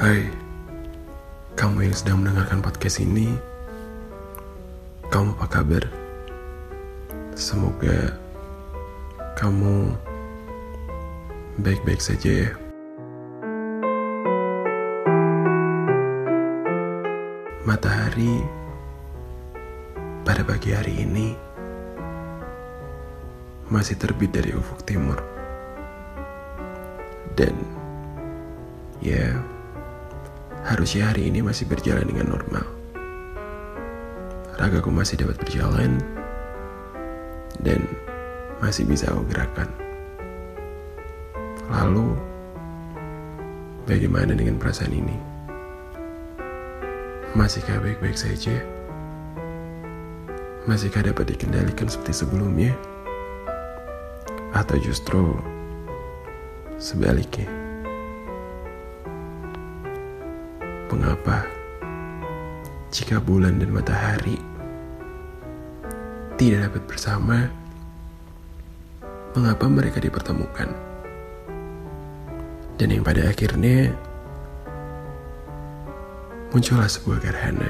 Hai, kamu yang sedang mendengarkan podcast ini, kamu apa kabar? Semoga kamu baik-baik saja ya. Matahari pada pagi hari ini masih terbit dari ufuk timur. Dan ya, harusnya hari ini masih berjalan dengan normal. Ragaku masih dapat berjalan dan masih bisa aku gerakkan. Lalu, bagaimana dengan perasaan ini? Masihkah baik-baik saja? Masihkah dapat dikendalikan seperti sebelumnya? Atau justru sebaliknya? Mengapa jika bulan dan matahari tidak dapat bersama, mengapa mereka dipertemukan? Dan yang pada akhirnya muncullah sebuah gerhana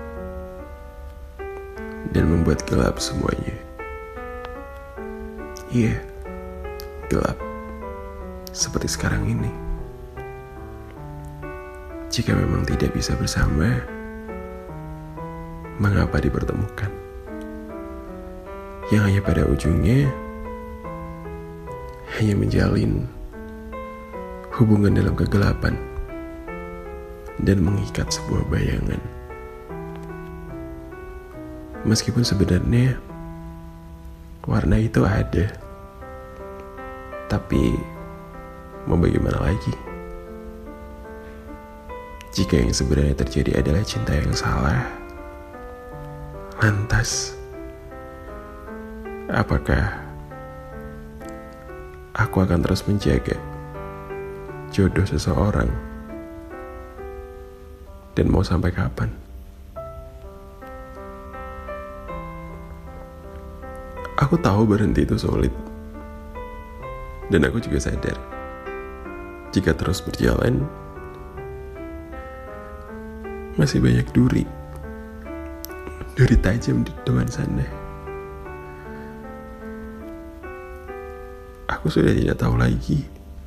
dan membuat gelap semuanya. Iya, gelap seperti sekarang ini. Jika memang tidak bisa bersama, mengapa dipertemukan? Yang hanya pada ujungnya hanya menjalin hubungan dalam kegelapan dan mengikat sebuah bayangan. Meskipun sebenarnya warna itu ada, tapi mau bagaimana lagi? Jika yang sebenarnya terjadi adalah cinta yang salah, lantas apakah aku akan terus menjaga jodoh seseorang? Dan mau sampai kapan? Aku tahu berhenti itu sulit. Dan aku juga sadar, jika terus berjalan, masih banyak duri tajam di depan sana. Aku sudah tidak tahu lagi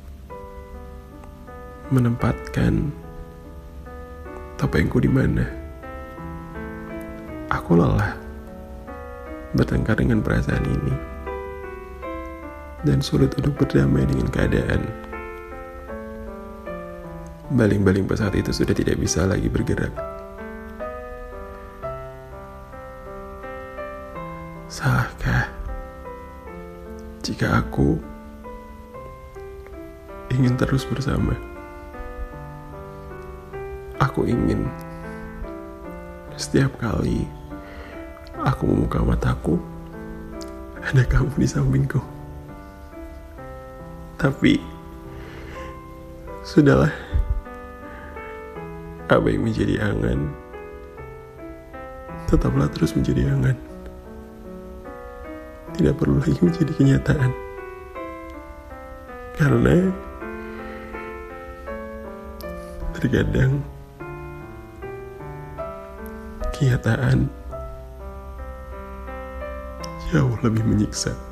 menempatkan topengku di mana. Aku lelah bertengkar dengan perasaan ini dan sulit untuk berdamai dengan keadaan. Baling-baling pesawat itu sudah tidak bisa lagi bergerak. Salahkah jika aku ingin terus bersama? Aku ingin setiap kali aku membuka mataku, ada kamu di sampingku. Tapi sudahlah. Apa yang menjadi angan, tetaplah terus menjadi angan. Tidak perlu lagi menjadi kenyataan. Karena terkadang kenyataan jauh lebih menyiksa.